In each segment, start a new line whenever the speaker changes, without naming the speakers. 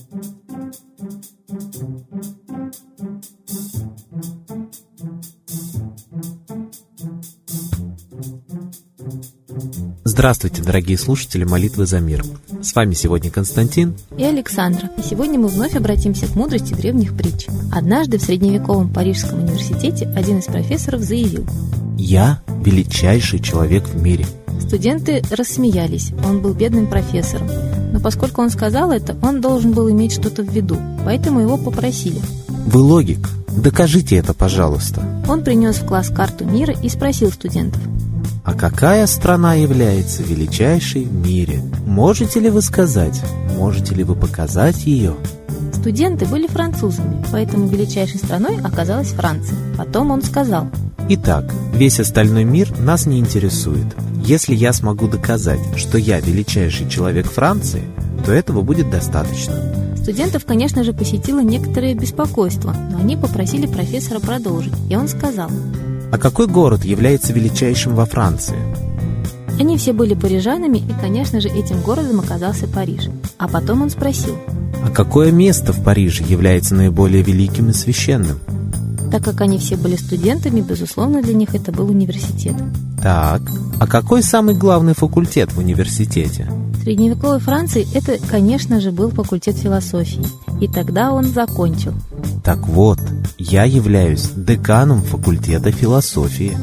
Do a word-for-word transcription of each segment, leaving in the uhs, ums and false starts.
Здравствуйте, дорогие слушатели «Молитвы за мир». С вами сегодня Константин
и Александра. И сегодня мы вновь обратимся к мудрости древних притч. Однажды в средневековом Парижском университете один из профессоров заявил:
«Я величайший человек в мире».
Студенты рассмеялись, он был бедным профессором. Но поскольку он сказал это, он должен был иметь что-то в виду, поэтому его попросили:
«Вы логик, докажите это, пожалуйста».
Он принес в класс карту мира и спросил студентов:
«А какая страна является величайшей в мире? Можете ли вы сказать? Можете ли вы показать ее?»
Студенты были французами, поэтому величайшей страной оказалась Франция. Потом он сказал:
«Итак, весь остальной мир нас не интересует. Если я смогу доказать, что я величайший человек Франции, то этого будет достаточно».
Студентов, конечно же, посетило некоторое беспокойство, но они попросили профессора продолжить, и он сказал:
«А какой город является величайшим во Франции?»
Они все были парижанами, и, конечно же, этим городом оказался Париж. А потом он спросил:
«А какое место в Париже является наиболее великим и священным?»
Так как они все были студентами, безусловно, для них это был университет.
Так, а какой самый главный факультет в университете?
В средневековой Франции это, конечно же, был факультет философии. И тогда он закончил:
«Так вот, я являюсь деканом факультета философии».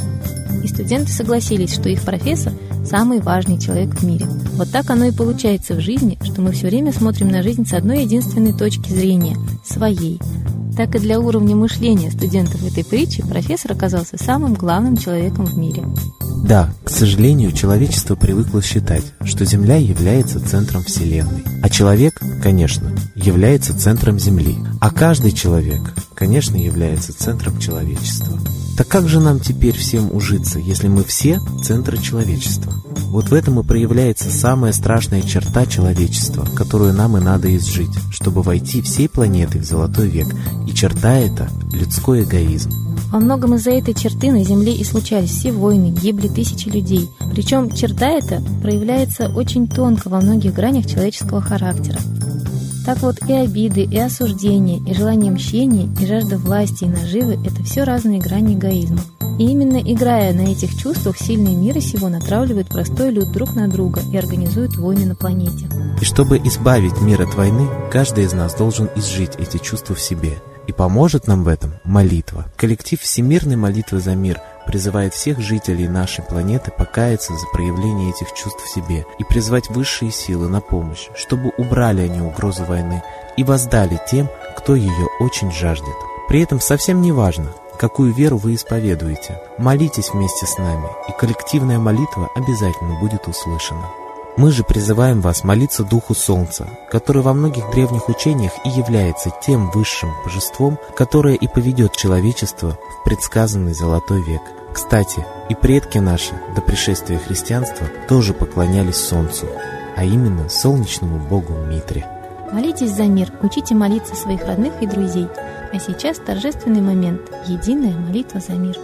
И студенты согласились, что их профессор – самый важный человек в мире. Вот так оно и получается в жизни, что мы все время смотрим на жизнь с одной единственной точки зрения – своей. Так и для уровня мышления студентов этой притчи профессор оказался самым главным человеком в мире.
Да, к сожалению, человечество привыкло считать, что Земля является центром Вселенной. А человек, конечно, является центром Земли. А каждый человек, конечно, является центром человечества. Так как же нам теперь всем ужиться, если мы все центры человечества? Вот в этом и проявляется самая страшная черта человечества, которую нам и надо изжить, чтобы войти всей планетой в золотой век. И черта эта – людской эгоизм.
Во многом из-за этой черты на Земле и случались все войны, гибли тысячи людей. Причем черта эта проявляется очень тонко во многих гранях человеческого характера. Так вот, и обиды, и осуждения, и желание мщения, и жажда власти, и наживы – это все разные грани эгоизма. И именно играя на этих чувствах, сильные мира сего натравливают простой люд друг на друга и организуют войны на планете.
И чтобы избавить мир от войны, каждый из нас должен изжить эти чувства в себе. И поможет нам в этом молитва. Коллектив Всемирной молитвы за мир призывает всех жителей нашей планеты покаяться за проявление этих чувств в себе и призвать высшие силы на помощь, чтобы убрали они угрозу войны и воздали тем, кто ее очень жаждет. При этом совсем не важно, какую веру вы исповедуете. Молитесь вместе с нами, и коллективная молитва обязательно будет услышана. Мы же призываем вас молиться Духу Солнца, который во многих древних учениях и является тем высшим божеством, которое и поведет человечество в предсказанный золотой век. Кстати, и предки наши до пришествия христианства тоже поклонялись Солнцу, а именно солнечному богу Митре.
Молитесь за мир, учите молиться своих родных и друзей. А сейчас торжественный момент – единая молитва за мир.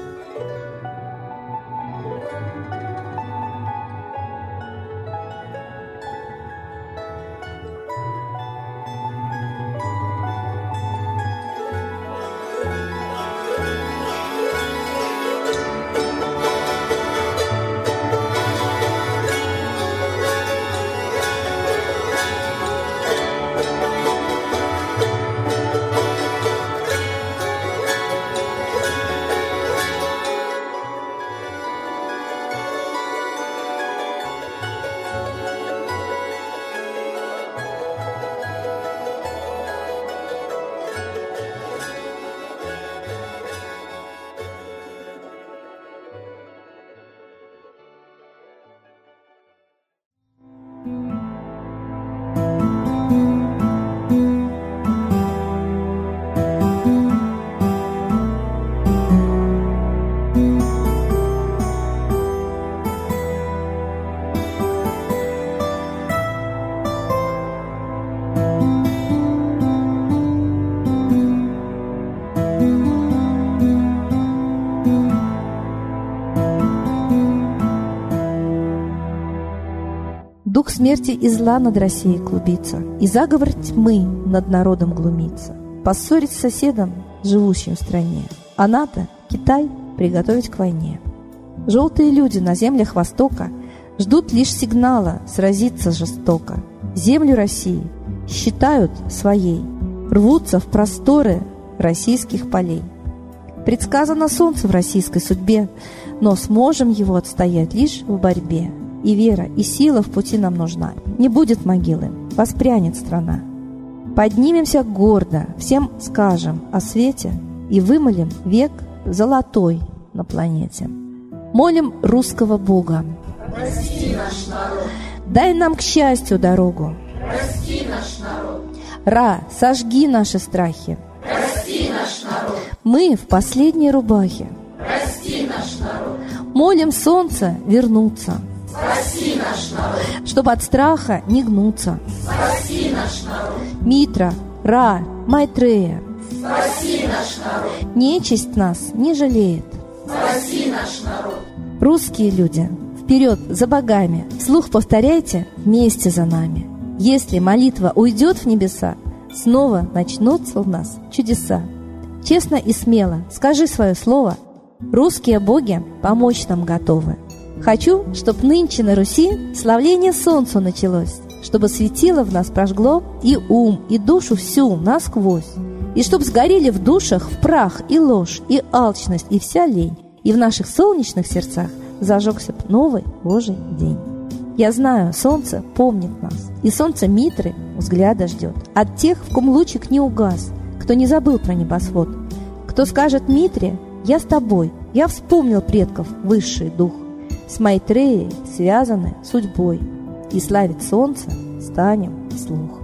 смерти и зла над Россией клубится, и заговор тьмы над народом глумится. Поссорить с соседом, живущим в стране, а НАТО, Китай, приготовить к войне. Желтые люди на землях Востока ждут лишь сигнала сразиться жестоко. Землю России считают своей, рвутся в просторы российских полей. Предсказано солнце в российской судьбе, но сможем его отстоять лишь в борьбе. И вера, и сила в пути нам нужна. Не будет могилы, воспрянет страна. Поднимемся гордо, всем скажем о свете и вымолим век золотой на планете. Молим русского Бога.
Прости наш народ.
Дай нам к счастью дорогу.
Прости наш народ.
Ра, сожги наши страхи.
Прости наш народ.
Мы в последней рубахе.
Прости наш народ.
Молим солнце вернуться.
Спаси наш народ.
Чтоб от страха не гнуться.
Спаси наш народ.
Митра, Ра, Майтрея.
Спаси наш народ.
Нечисть нас не жалеет.
Спаси наш народ.
Русские люди, вперед за богами. Вслух повторяйте вместе за нами. Если молитва уйдет в небеса, снова начнутся у нас чудеса. Честно и смело скажи свое слово. Русские боги помочь нам готовы. Хочу, чтоб нынче на Руси славление солнцу началось, чтобы светило в нас прожгло и ум, и душу всю насквозь, и чтоб сгорели в душах в прах и ложь, и алчность, и вся лень, и в наших солнечных сердцах зажегся б новый Божий день. Я знаю, солнце помнит нас, и солнце Митры взгляда ждет от тех, в ком лучик не угас, кто не забыл про небосвод, кто скажет Митре: «Я с тобой, я вспомнил предков высший дух». С Майтреей связаны судьбой, и славить солнце станем вслух.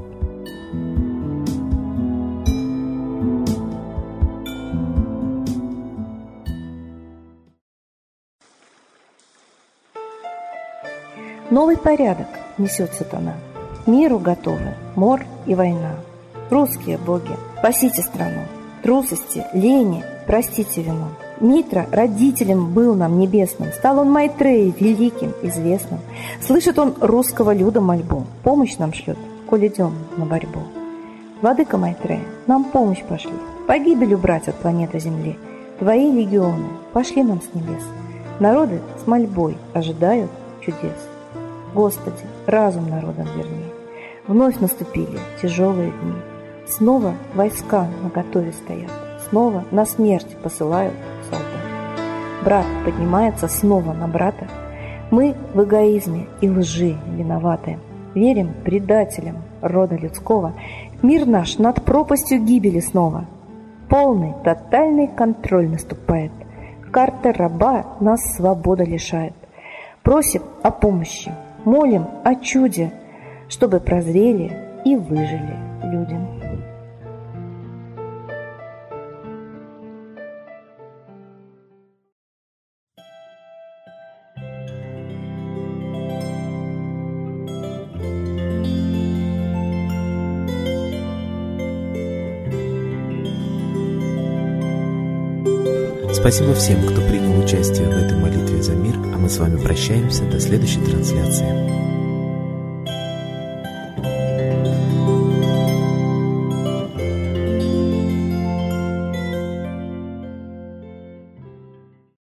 Новый порядок несет сатана. Миру готовы мор и война. Русские боги, спасите страну. Трусости, лени, простите вину. Митра родителем был нам небесным, стал он Майтреей великим, известным. Слышит он русского люда мольбу, помощь нам шлет, коль идем на борьбу. Владыка Майтрея, нам помощь пошли, погибель убрать от планеты Земли. Твои легионы пошли нам с небес, народы с мольбой ожидают чудес. Господи, разум народам верни, вновь наступили тяжелые дни. Снова войска наготове стоят, снова на смерть посылают солдат. Брат поднимается снова на брата. Мы в эгоизме и лжи виноваты. Верим предателям рода людского. Мир наш над пропастью гибели снова. Полный, тотальный контроль наступает. Карта раба нас свобода лишает. Просим о помощи, молим о чуде, чтобы прозрели и выжили люди.
Спасибо всем, кто принял участие в этой молитве за мир, а мы с вами прощаемся до следующей трансляции.